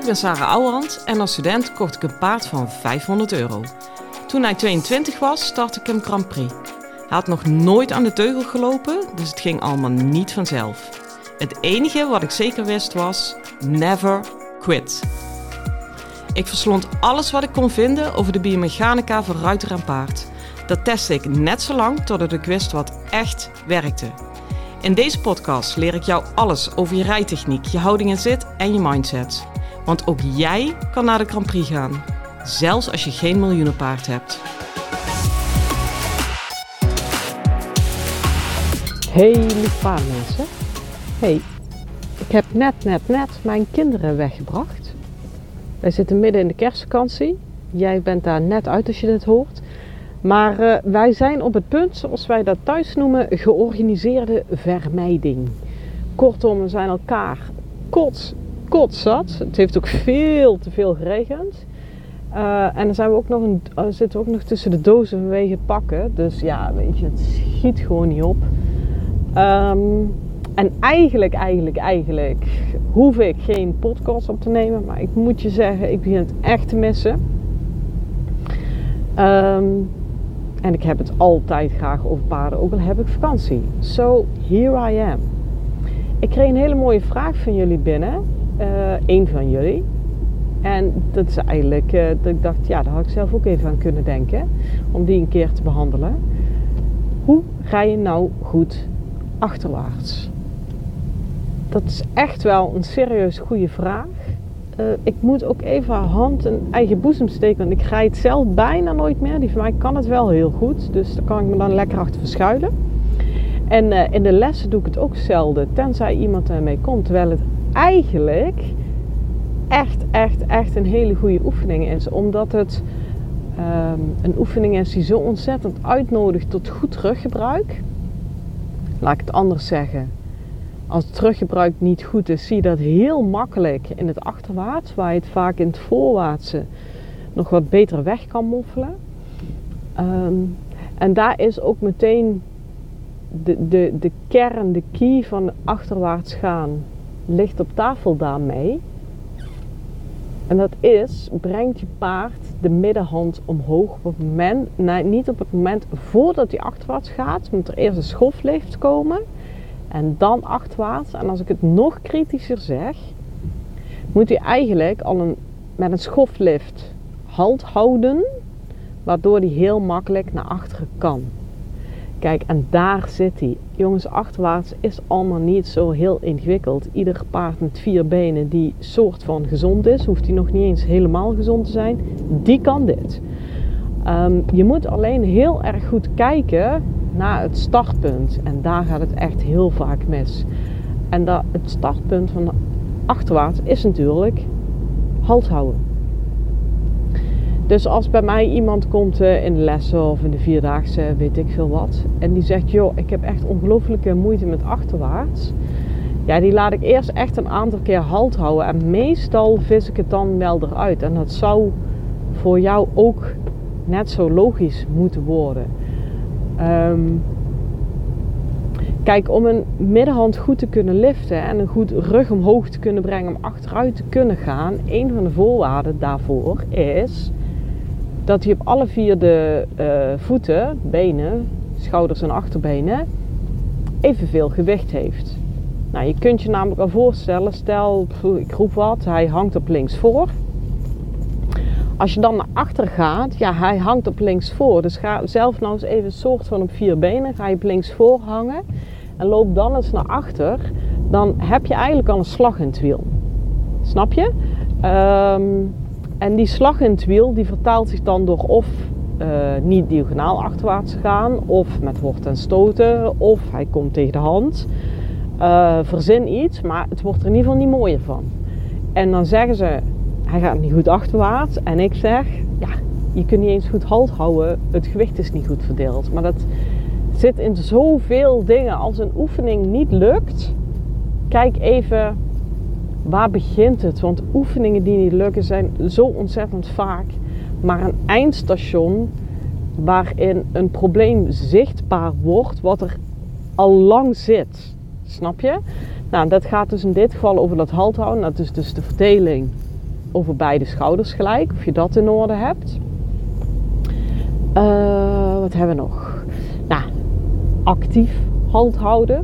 ben Sarah Ouwehand en als student kocht ik een paard van €500. Toen hij 22 was, startte ik hem Grand Prix. Hij had nog nooit aan de teugel gelopen, dus het ging allemaal niet vanzelf. Het enige wat ik zeker wist was, never quit. Ik verslond alles wat ik kon vinden over de biomechanica van ruiter en paard. Dat testte ik net zo lang totdat ik wist wat echt werkte. In deze podcast leer ik jou alles over je rijtechniek, je houding en zit en je mindset. Want ook jij kan naar de Grand Prix gaan, zelfs als je geen miljoenenpaard hebt. Hey lieve paardenmensen. Hey, ik heb net mijn kinderen weggebracht. Wij zitten midden in de kerstvakantie. Jij bent daar net uit als je dit hoort. Maar wij zijn op het punt, zoals wij dat thuis noemen, georganiseerde vermijding. Kortom, we zijn elkaar kotzat. Het heeft ook veel te veel geregend. En dan zijn we ook zitten we ook nog tussen de dozen vanwege het pakken. Dus ja, weet je, het schiet gewoon niet op. En eigenlijk hoef ik geen podcast op te nemen. Maar ik moet je zeggen, ik begin het echt te missen. En ik heb het altijd graag over paarden, ook al heb ik vakantie. So, here I am. Ik kreeg een hele mooie vraag van jullie binnen. Eén van jullie. En dat is eigenlijk, dat ik dacht, ja, daar had ik zelf ook even aan kunnen denken. Om die een keer te behandelen. Hoe rij je nou goed achterwaarts? Dat is echt wel een serieus goede vraag. Ik moet ook even hand in eigen boezem steken. Want ik rijd zelf bijna nooit meer. Die van mij kan het wel heel goed. Dus daar kan ik me dan lekker achter verschuilen. En in de lessen doe ik het ook zelden. Tenzij iemand ermee komt. Terwijl het eigenlijk echt een hele goede oefening is. Omdat het een oefening is die zo ontzettend uitnodigt tot goed teruggebruik. Laat ik het anders zeggen. Als het teruggebruik niet goed is, zie je dat heel makkelijk in het achterwaarts, waar je het vaak in het voorwaartse nog wat beter weg kan moffelen. En daar is ook meteen de kern, de key van achterwaarts gaan, ligt op tafel daarmee. En dat is, brengt je paard de middenhand omhoog op het moment, niet op het moment voordat hij achterwaarts gaat, moet er eerst een schoflift komen. En dan achterwaarts. En als ik het nog kritischer zeg, moet hij eigenlijk al met een schoflift halt houden, waardoor hij heel makkelijk naar achteren kan. Kijk, en daar zit hij. Jongens, achterwaarts is allemaal niet zo heel ingewikkeld. Ieder paard met 4 benen die soort van gezond is, hoeft hij nog niet eens helemaal gezond te zijn, die kan dit. Je moet alleen heel erg goed kijken naar het startpunt. En daar gaat het echt heel vaak mis. En het startpunt van achterwaarts is natuurlijk halt houden. Dus als bij mij iemand komt in de lessen of in de 4-daagse, weet ik veel wat. En die zegt, joh, ik heb echt ongelooflijke moeite met achterwaarts. Ja, die laat ik eerst echt een aantal keer halt houden. En meestal vis ik het dan wel eruit. En dat zou voor jou ook net zo logisch moeten worden. Kijk, om een middenhand goed te kunnen liften en een goed rug omhoog te kunnen brengen om achteruit te kunnen gaan, een van de voorwaarden daarvoor is dat hij op alle 4 de voeten, benen, schouders en achterbenen evenveel gewicht heeft. Nou, je kunt je namelijk al voorstellen, stel, ik roep wat, hij hangt op links voor. Als je dan naar achter gaat, ja, hij hangt op links voor. Dus ga zelf nou eens even een soort van op 4 benen. Ga je op links voor hangen en loop dan eens naar achter. Dan heb je eigenlijk al een slag in het wiel. Snap je? En die slag in het wiel, die vertaalt zich dan door of niet diagonaal achterwaarts te gaan, of met worten en stoten, of hij komt tegen de hand. Verzin iets, maar het wordt er in ieder geval niet mooier van. En dan zeggen ze, hij gaat niet goed achterwaarts. En ik zeg, ja, je kunt niet eens goed halt houden. Het gewicht is niet goed verdeeld. Maar dat zit in zoveel dingen. Als een oefening niet lukt, kijk even, waar begint het? Want oefeningen die niet lukken zijn zo ontzettend vaak maar een eindstation waarin een probleem zichtbaar wordt wat er al lang zit. Snap je? Nou, dat gaat dus in dit geval over dat halt houden. Dat is dus de verdeling over beide schouders gelijk. Of je dat in orde hebt. Wat hebben we nog? Nou, actief halt houden.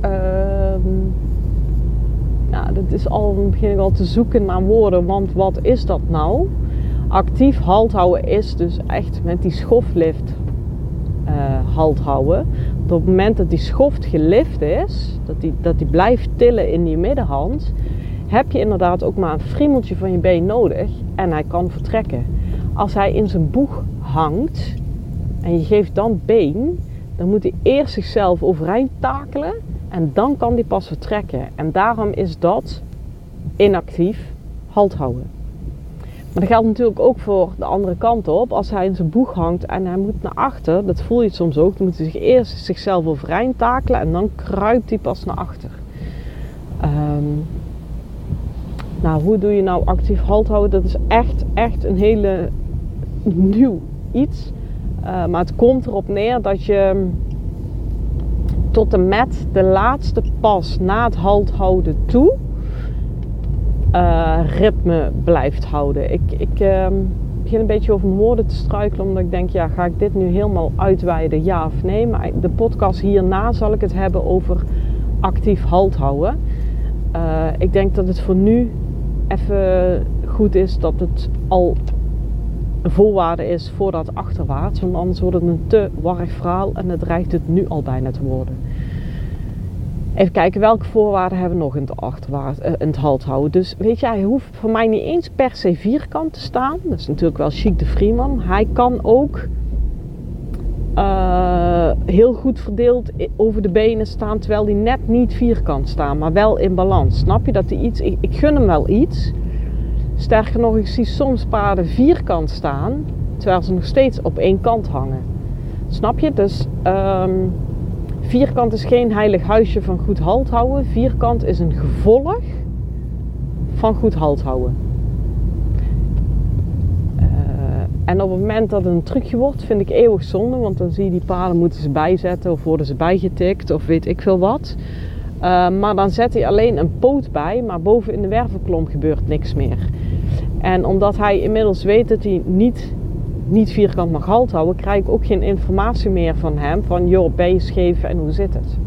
Dat is dan begin ik al te zoeken naar woorden. Want wat is dat nou? Actief halt houden is dus echt met die schoflift halt houden. Op het moment dat die schoft gelift is, dat die blijft tillen in die middenhand, heb je inderdaad ook maar een friemeltje van je been nodig en hij kan vertrekken. Als hij in zijn boeg hangt en je geeft dan been, dan moet hij eerst zichzelf overeind takelen en dan kan hij pas vertrekken. En daarom is dat inactief halt houden. Maar dat geldt natuurlijk ook voor de andere kant op. Als hij in zijn boeg hangt en hij moet naar achter, dat voel je soms ook, dan moet hij eerst zichzelf overeind takelen en dan kruipt hij pas naar achter. Hoe doe je nou actief halt houden? Dat is echt een hele nieuw iets. Maar het komt erop neer dat je tot en met de laatste pas na het halt houden toe ritme blijft houden. Ik begin een beetje over mijn woorden te struikelen, omdat ik denk, ga ik dit nu helemaal uitweiden, ja of nee? Maar de podcast hierna zal ik het hebben over actief halt houden. Ik denk dat het voor nu even goed is dat het al een voorwaarde is voor dat achterwaarts, want anders wordt het een te warrig verhaal en het dreigt het nu al bijna te worden. Even kijken, welke voorwaarden hebben we nog in het halt houden. Dus weet je, hij hoeft voor mij niet eens per se vierkant te staan. Dat is natuurlijk wel chic de Freeman. Hij kan ook heel goed verdeeld over de benen staan, terwijl hij net niet vierkant staat, maar wel in balans. Snap je dat hij iets... Ik gun hem wel iets. Sterker nog, ik zie soms paarden vierkant staan, terwijl ze nog steeds op één kant hangen. Snap je? Dus vierkant is geen heilig huisje van goed halt houden. Vierkant is een gevolg van goed halt houden. En op het moment dat het een trucje wordt, vind ik eeuwig zonde. Want dan zie je die paarden moeten ze bijzetten of worden ze bijgetikt of weet ik veel wat. Maar dan zet hij alleen een poot bij, maar boven in de wervelkolom gebeurt niks meer. En omdat hij inmiddels weet dat hij niet vierkant mag halt houden, krijg ik ook geen informatie meer van hem. Van joh, ben je scheef en hoe zit het?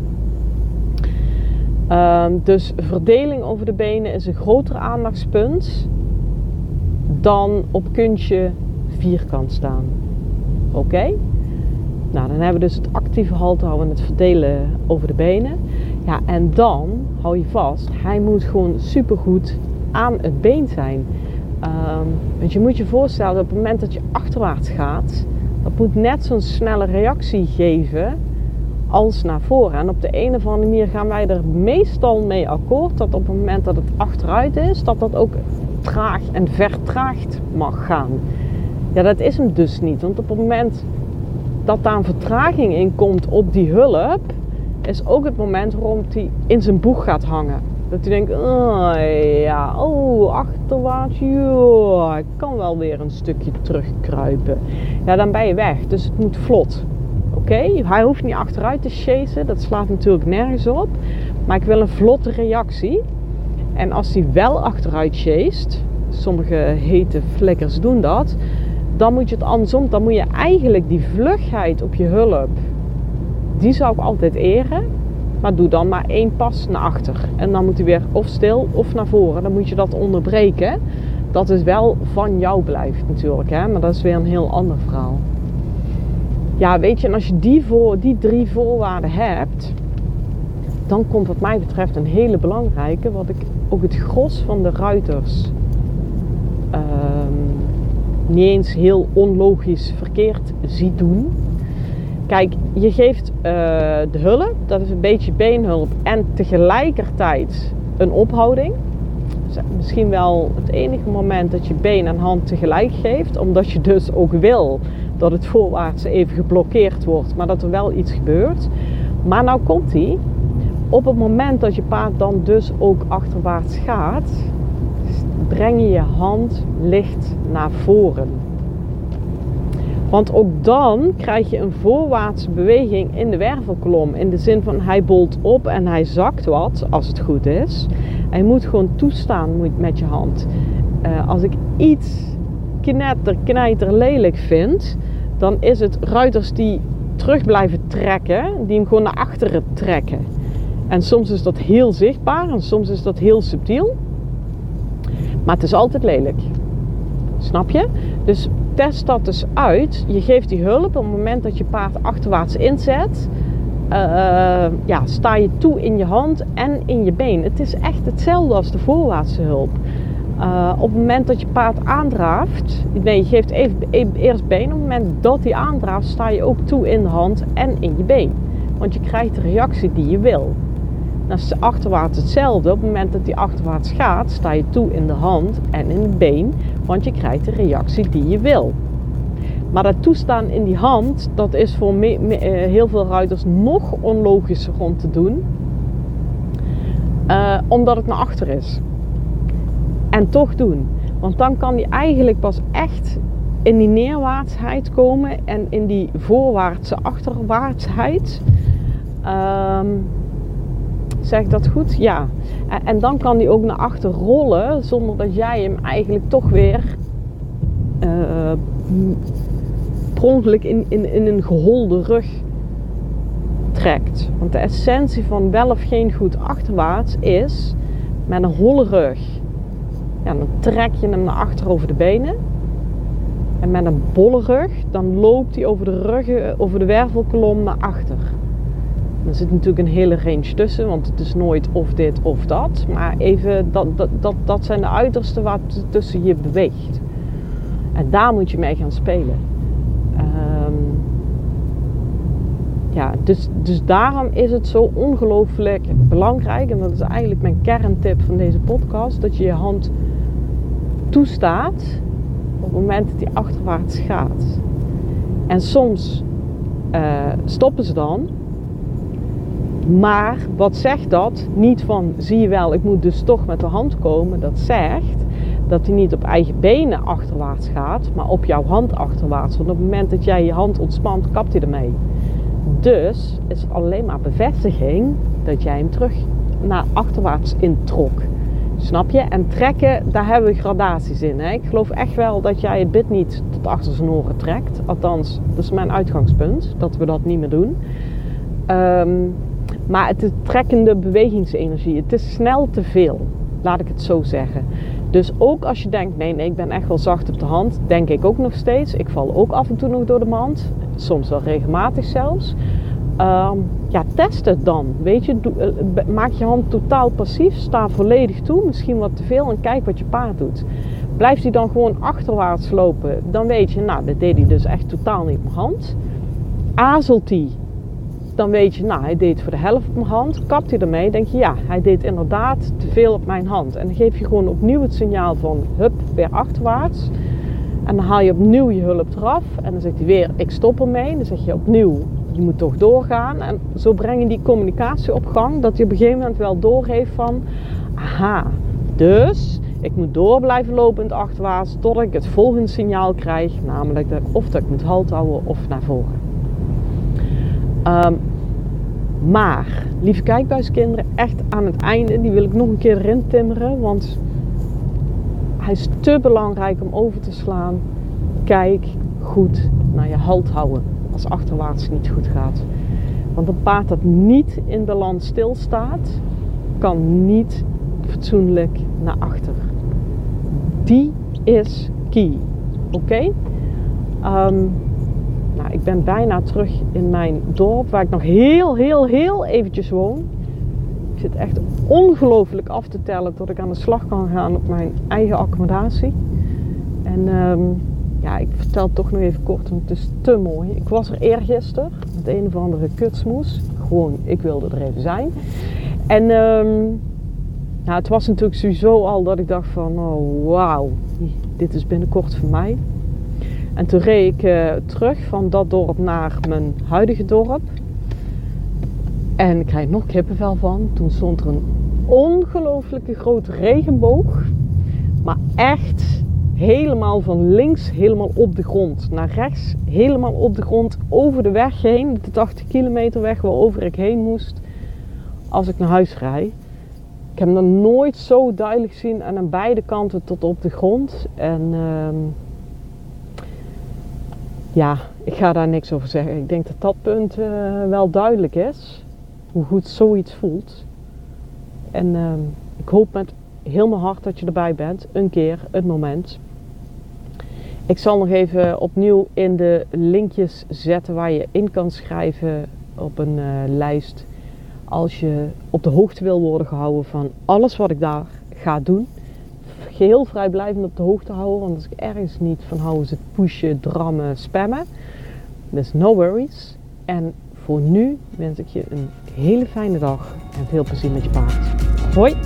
Dus verdeling over de benen is een groter aandachtspunt dan op kuntje vierkant staan. Oké? Nou, dan hebben we dus het actieve halt houden en het verdelen over de benen. Ja, en dan, hou je vast, hij moet gewoon supergoed aan het been zijn. Want je moet je voorstellen, op het moment dat je achterwaarts gaat, dat moet net zo'n snelle reactie geven als naar voren. En op de een of andere manier gaan wij er meestal mee akkoord dat op het moment dat het achteruit is, dat dat ook traag en vertraagd mag gaan. Ja, dat is hem dus niet. Want op het moment dat daar een vertraging in komt op die hulp, is ook het moment waarop hij in zijn boeg gaat hangen. Dat hij denkt, achterwaarts, ik kan wel weer een stukje terugkruipen. Ja, dan ben je weg. Dus het moet vlot. Oké? Hij hoeft niet achteruit te chasen. Dat slaat natuurlijk nergens op. Maar ik wil een vlotte reactie. En als hij wel achteruit chased, sommige hete flikkers doen dat, dan moet je het andersom. Dan moet je eigenlijk die vlugheid op je hulp, die zou ik altijd eren. Maar doe dan maar 1 pas naar achter. En dan moet hij weer of stil of naar voren. Dan moet je dat onderbreken. Dat het wel van jou blijft natuurlijk. Hè? Maar dat is weer een heel ander verhaal. Ja, weet je, en als je die 3 voorwaarden hebt, dan komt wat mij betreft een hele belangrijke, wat ik ook het gros van de ruiters niet eens heel onlogisch verkeerd zie doen. Kijk, je geeft de hulp, dat is een beetje beenhulp en tegelijkertijd een ophouding. Dus misschien wel het enige moment dat je been en hand tegelijk geeft, omdat je dus ook wil dat het voorwaarts even geblokkeerd wordt, maar dat er wel iets gebeurt. Maar nou komt ie, op het moment dat je paard dan dus ook achterwaarts gaat, breng je je hand licht naar voren. Want ook dan krijg je een voorwaartse beweging in de wervelkolom. In de zin van hij bolt op en hij zakt wat, als het goed is. En je moet gewoon toestaan met je hand. als ik iets knijter lelijk vind, dan is het ruiters die terug blijven trekken, die hem gewoon naar achteren trekken. En soms is dat heel zichtbaar en soms is dat heel subtiel. Maar het is altijd lelijk. Snap je? Dus test dat dus uit. Je geeft die hulp op het moment dat je paard achterwaarts inzet. Sta je toe in je hand en in je been. Het is echt hetzelfde als de voorwaartse hulp. Op het moment dat je paard aandraaft, je geeft eerst been. Op het moment dat hij aandraaft, sta je ook toe in de hand en in je been. Want je krijgt de reactie die je wil. Dan is achterwaarts hetzelfde. Op het moment dat hij achterwaarts gaat, sta je toe in de hand en in het been. Want je krijgt de reactie die je wil. Maar dat toestaan in die hand, dat is voor heel veel ruiters nog onlogischer om te doen. Omdat het naar achter is. En toch doen. Want dan kan hij eigenlijk pas echt in die neerwaartsheid komen. En in die voorwaartse achterwaartsheid. Zeg ik dat goed? Ja. En dan kan hij ook naar achter rollen. Zonder dat jij hem eigenlijk toch weer per ongeluk in een geholde rug trekt. Want de essentie van wel of geen goed achterwaarts is met een holle rug. Ja, dan trek je hem naar achter over de benen. En met een bolle rug, dan loopt hij over de wervelkolom naar achter. Er zit natuurlijk een hele range tussen, want het is nooit of dit of dat. Maar even, dat zijn de uitersten waar het tussen je beweegt. En daar moet je mee gaan spelen. Dus daarom is het zo ongelooflijk belangrijk. En dat is eigenlijk mijn kerntip van deze podcast. Dat je je hand toestaat op het moment dat die achterwaarts gaat. En soms stoppen ze dan. Maar wat zegt dat? Niet van, zie je wel, ik moet dus toch met de hand komen. Dat zegt dat hij niet op eigen benen achterwaarts gaat, maar op jouw hand achterwaarts. Want op het moment dat jij je hand ontspant, kapt hij ermee. Dus is het alleen maar bevestiging dat jij hem terug naar achterwaarts introk. Snap je? En trekken, daar hebben we gradaties in. Hè? Ik geloof echt wel dat jij het bit niet tot achter zijn oren trekt. Althans, dat is mijn uitgangspunt, dat we dat niet meer doen. Maar het is trekkende bewegingsenergie. Het is snel te veel, laat ik het zo zeggen. Dus ook als je denkt, nee, ik ben echt wel zacht op de hand, denk ik ook nog steeds. Ik val ook af en toe nog door de mand. Soms wel regelmatig zelfs. Test het dan. Weet je, maak je hand totaal passief. Sta volledig toe, misschien wat te veel en kijk wat je paard doet. Blijft hij dan gewoon achterwaarts lopen, dan weet je, dat deed hij dus echt totaal niet op mijn hand. Aarzelt hij, dan weet je, hij deed voor de helft op mijn hand. Kapt hij ermee, denk je, ja, hij deed inderdaad te veel op mijn hand. En dan geef je gewoon opnieuw het signaal van, hup, weer achterwaarts. En dan haal je opnieuw je hulp eraf. En dan zegt hij weer, ik stop ermee. Dan zeg je opnieuw, je moet toch doorgaan. En zo breng je die communicatie op gang. Dat hij op een gegeven moment wel doorheeft van, aha, dus ik moet door blijven lopen in het achterwaarts. Totdat ik het volgende signaal krijg. Namelijk dat ik moet halt houden of naar voren. Maar, lieve kijkbuiskinderen, echt aan het einde, die wil ik nog een keer erin timmeren, want hij is te belangrijk om over te slaan. Kijk goed naar je halt houden als achterwaarts niet goed gaat. Want een paard dat niet in balans stilstaat, kan niet fatsoenlijk naar achter. Die is key. Oké? Ik ben bijna terug in mijn dorp, waar ik nog heel eventjes woon. Ik zit echt ongelooflijk af te tellen tot ik aan de slag kan gaan op mijn eigen accommodatie. En ik vertel het toch nog even kort, want het is te mooi. Ik was er eergisteren met een of andere kutsmoes. Gewoon, ik wilde er even zijn. En het was natuurlijk sowieso al dat ik dacht van, oh wauw, dit is binnenkort voor mij. En toen reed ik terug van dat dorp naar mijn huidige dorp. En ik krijg nog kippenvel van. Toen stond er een ongelooflijke grote regenboog. Maar echt helemaal van links helemaal op de grond. Naar rechts helemaal op de grond over de weg heen. De 80 kilometer weg waarover ik heen moest als ik naar huis rijd. Ik heb hem nog nooit zo duidelijk gezien en aan beide kanten tot op de grond. En ik ga daar niks over zeggen. Ik denk dat dat punt wel duidelijk is. Hoe goed zoiets voelt. En ik hoop met heel mijn hart dat je erbij bent. Een keer, het moment. Ik zal nog even opnieuw in de linkjes zetten waar je in kan schrijven op een lijst. Als je op de hoogte wil worden gehouden van alles wat ik daar ga doen. Geheel vrijblijvend op de hoogte houden. Want als ik ergens niet van hou is het pushen, drammen, spammen. Dus no worries. En voor nu wens ik je een hele fijne dag. En veel plezier met je paard. Hoi!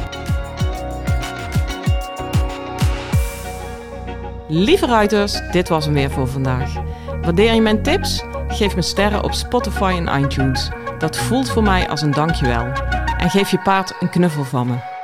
Lieve ruiters, dit was hem weer voor vandaag. Waardeer je mijn tips? Geef me sterren op Spotify en iTunes. Dat voelt voor mij als een dankjewel. En geef je paard een knuffel van me.